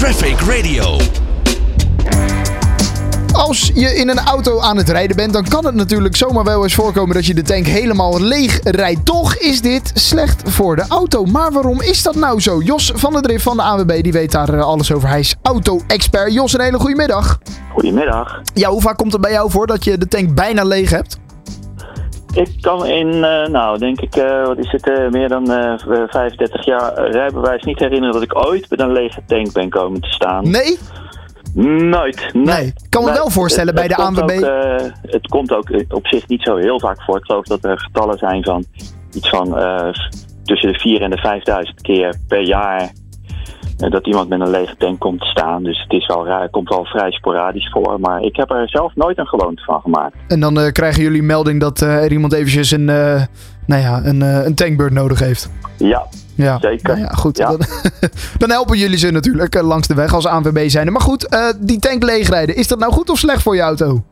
Traffic Radio. Als je in een auto aan het rijden bent, dan kan het natuurlijk zomaar wel eens voorkomen dat je de tank helemaal leeg rijdt. Toch is dit slecht voor de auto. Maar waarom is dat nou zo? Jos van der Drift van de ANWB, die weet daar alles over. Hij is auto-expert. Jos, een hele goede middag. Goedemiddag. Ja, hoe vaak komt het bij jou voor dat je de tank bijna leeg hebt? Ik kan in, meer dan 35 jaar rijbewijs niet herinneren dat ik ooit met een lege tank ben komen te staan. Nee? Nooit. Nee. Ik kan me wel voorstellen bij de ANWB. Het komt ook op zich niet zo heel vaak voor. Ik geloof dat er getallen zijn van iets van tussen de 4.000 en de 5.000 keer per jaar dat iemand met een lege tank komt te staan. Dus het is komt wel vrij sporadisch voor. Maar ik heb er zelf nooit een gewoonte van gemaakt. En dan krijgen jullie melding dat er iemand eventjes een tankbeurt nodig heeft. Ja, zeker. Nou ja, goed. Ja. Dan helpen jullie ze natuurlijk langs de weg als ANWB zijnde. Maar goed, die tank leegrijden, is dat nou goed of slecht voor je auto?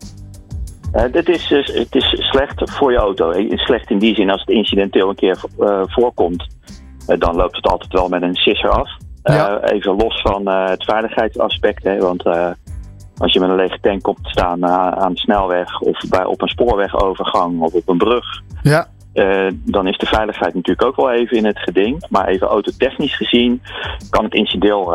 Het is slecht voor je auto. Slecht in die zin als het incidenteel een keer voorkomt. Dan loopt het altijd wel met een sisser af. Ja. Even los van het veiligheidsaspect. Hè, want als je met een lege tank komt te staan aan de snelweg of op een spoorwegovergang of op een brug. Ja. Dan is de veiligheid natuurlijk ook wel even in het geding. Maar even autotechnisch gezien kan het incidenteel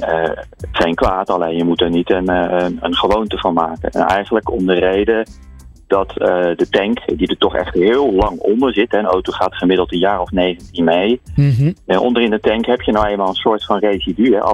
geen kwaad. Alleen je moet er niet een gewoonte van maken. En eigenlijk om de reden dat de tank, die er toch echt heel lang onder zit. Een auto gaat gemiddeld een jaar of 19 mee. Mm-hmm. Onder in de tank heb je nou eenmaal een soort van residu. Hè?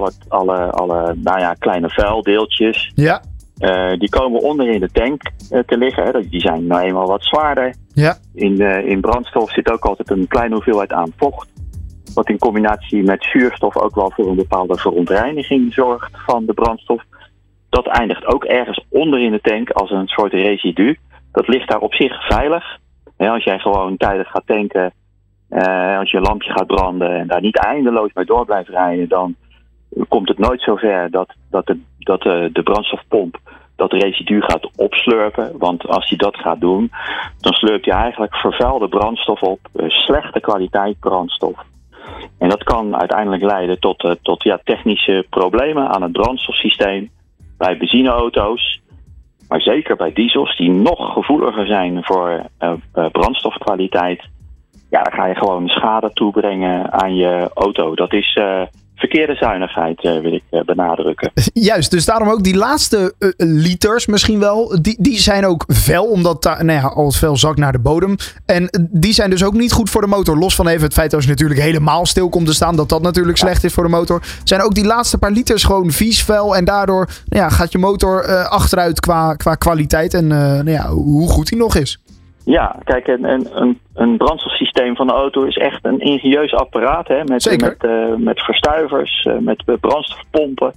Alle kleine vuildeeltjes. Ja. Die komen onder in de tank te liggen. Hè. Die zijn nou eenmaal wat zwaarder. Ja. In brandstof zit ook altijd een kleine hoeveelheid aan vocht. Wat in combinatie met zuurstof ook wel voor een bepaalde verontreiniging zorgt van de brandstof. Dat eindigt ook ergens onder in de tank als een soort residu. Dat ligt daar op zich veilig. Als jij gewoon tijdig gaat tanken, als je lampje gaat branden en daar niet eindeloos mee door blijft rijden, dan komt het nooit zover dat de brandstofpomp dat residu gaat opslurpen. Want als hij dat gaat doen, dan slurpt hij eigenlijk vervuilde brandstof op, slechte kwaliteit brandstof. En dat kan uiteindelijk leiden tot technische problemen aan het brandstofsysteem bij benzineauto's. Maar zeker bij diesels die nog gevoeliger zijn voor brandstofkwaliteit. Ja, dan ga je gewoon schade toebrengen aan je auto. Dat is verkeerde zuinigheid, wil ik benadrukken. Juist, dus daarom ook die laatste liters misschien wel. Die zijn ook vuil, omdat al het vuil zakt naar de bodem. En die zijn dus ook niet goed voor de motor. Los van even het feit als je natuurlijk helemaal stil komt te staan, dat natuurlijk slecht is voor de motor. Zijn ook die laatste paar liters gewoon vies vuil. En daardoor gaat je motor achteruit qua kwaliteit. En hoe goed die nog is. Ja, kijk, een brandstofsysteem van de auto is echt een ingenieus apparaat. Hè, met verstuivers, met brandstofpompen.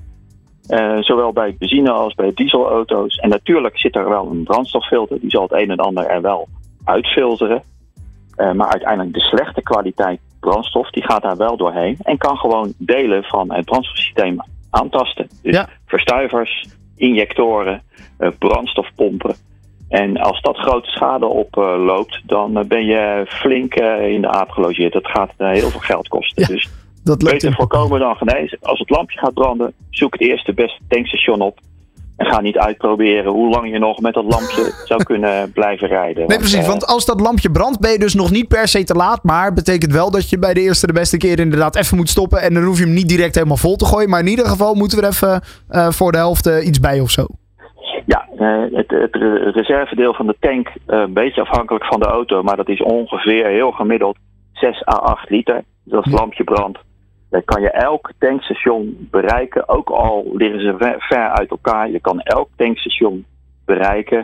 Zowel bij benzine als bij dieselauto's. En natuurlijk zit er wel een brandstoffilter. Die zal het een en ander er wel uitfilteren. Maar uiteindelijk de slechte kwaliteit brandstof, die gaat daar wel doorheen. En kan gewoon delen van het brandstofsysteem aantasten. Dus verstuivers, injectoren, brandstofpompen. En als dat grote schade oploopt, dan ben je flink in de aap gelogeerd. Dat gaat heel veel geld kosten. Ja, dus beter voorkomen dan genezen. Als het lampje gaat branden, zoek het eerst de beste tankstation op. En ga niet uitproberen hoe lang je nog met dat lampje zou kunnen blijven rijden. Nee, precies. Want als dat lampje brandt, ben je dus nog niet per se te laat. Maar betekent wel dat je bij de eerste de beste keer inderdaad even moet stoppen. En dan hoef je hem niet direct helemaal vol te gooien. Maar in ieder geval moeten we er even voor de helft iets bij of zo. Ja, het reservedeel van de tank, een beetje afhankelijk van de auto, maar dat is ongeveer heel gemiddeld 6 à 8 liter. Dus als het lampje brandt, dan kan je elk tankstation bereiken, ook al liggen ze ver uit elkaar. Je kan elk tankstation bereiken,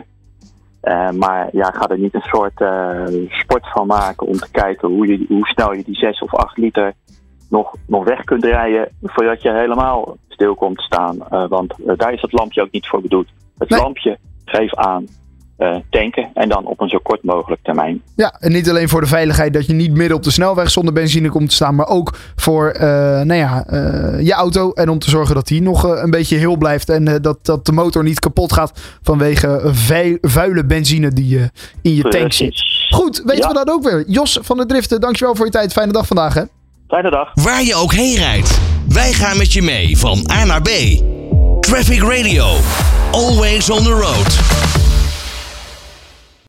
maar ga er niet een soort sport van maken om te kijken hoe snel je die 6 of 8 liter nog weg kunt rijden voordat je helemaal stil komt te staan. Want daar is het lampje ook niet voor bedoeld. Het lampje geeft aan tanken en dan op een zo kort mogelijk termijn. Ja, en niet alleen voor de veiligheid dat je niet midden op de snelweg zonder benzine komt te staan, maar ook voor je auto en om te zorgen dat die nog een beetje heel blijft en dat de motor niet kapot gaat vanwege vuile benzine die in je tank zit. Goed, weten we dat ook weer. Jos van der Drift, dankjewel voor je tijd. Fijne dag vandaag, hè? Fijne dag. Waar je ook heen rijdt. Wij gaan met je mee van A naar B. Traffic Radio. Always on the road.